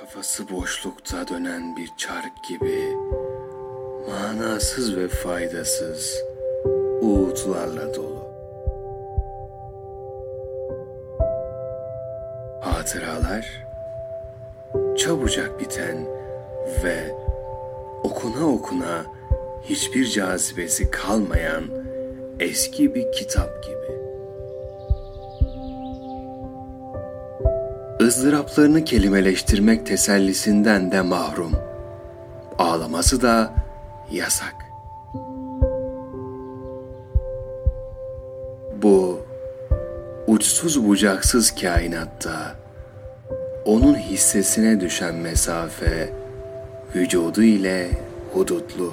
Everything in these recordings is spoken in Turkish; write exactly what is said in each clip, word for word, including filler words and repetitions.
Kafası boşlukta dönen bir çark gibi, manasız ve faydasız uğultularla dolu. Hatıralar, çabucak biten ve okuna okuna hiçbir cazibesi kalmayan eski bir kitap gibi. ızdıraplarını kelimeleştirmek tesellisinden de mahrum. Ağlaması da yasak. Bu uçsuz bucaksız kainatta onun hissesine düşen mesafe vücudu ile hudutlu.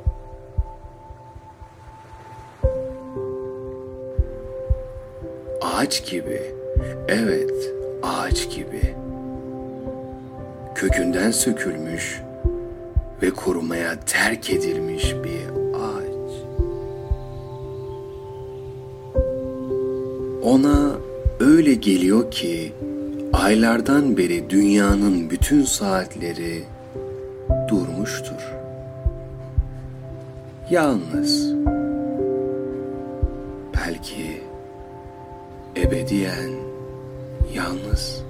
Ağaç gibi, evet, ağaç gibi. Kökünden sökülmüş ve korumaya terk edilmiş bir ağaç. Ona öyle geliyor ki aylardan beri dünyanın bütün saatleri durmuştur. Yalnız, belki ebediyen yalnız.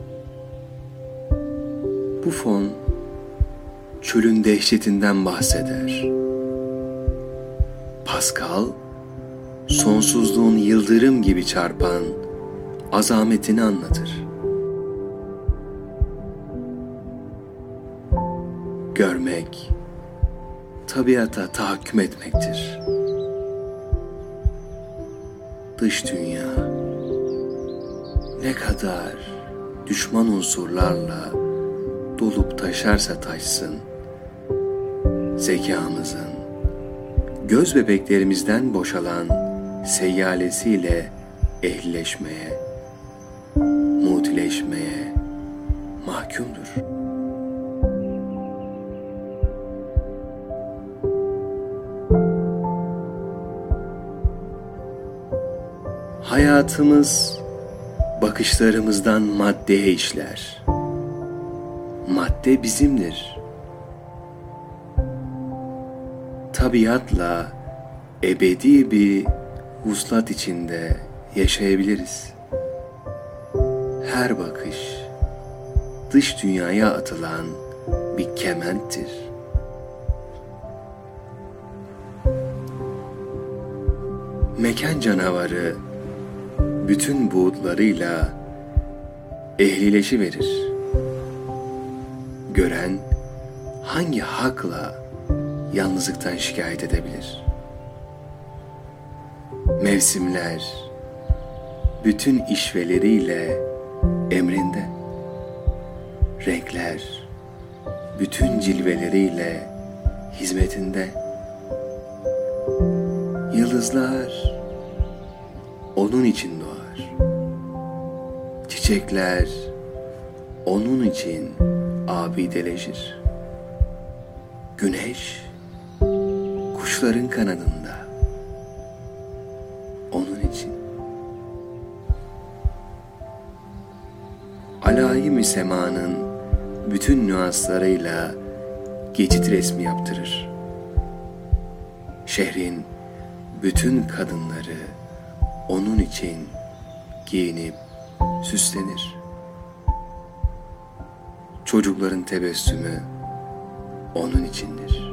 Bu fon çölün dehşetinden bahseder. Pascal, sonsuzluğun yıldırım gibi çarpan azametini anlatır. Görmek, tabiata tahakküm etmektir. Dış dünya ne kadar düşman unsurlarla dolup taşarsa taşsın, zekamızın, göz bebeklerimizden boşalan seyyalesiyle ehlileşmeye, mutileşmeye mahkumdur. Hayatımız bakışlarımızdan maddeye işler. Madde bizimdir. Tabiatla ebedi bir vuslat içinde yaşayabiliriz. Her bakış dış dünyaya atılan bir kementtir. Mekan canavarı bütün buğutlarıyla ehlileşiverir. Gören hangi hakla yalnızlıktan şikayet edebilir? Mevsimler bütün işveleriyle emrinde. Renkler bütün cilveleriyle hizmetinde. Yıldızlar onun için doğar. Çiçekler onun için abideleşir. Güneş kuşların kanadında onun için. Alayim-i semanın bütün nüanslarıyla geçit resmi yaptırır. Şehrin bütün kadınları onun için giyinip süslenir. Çocukların tebessümü onun içindir.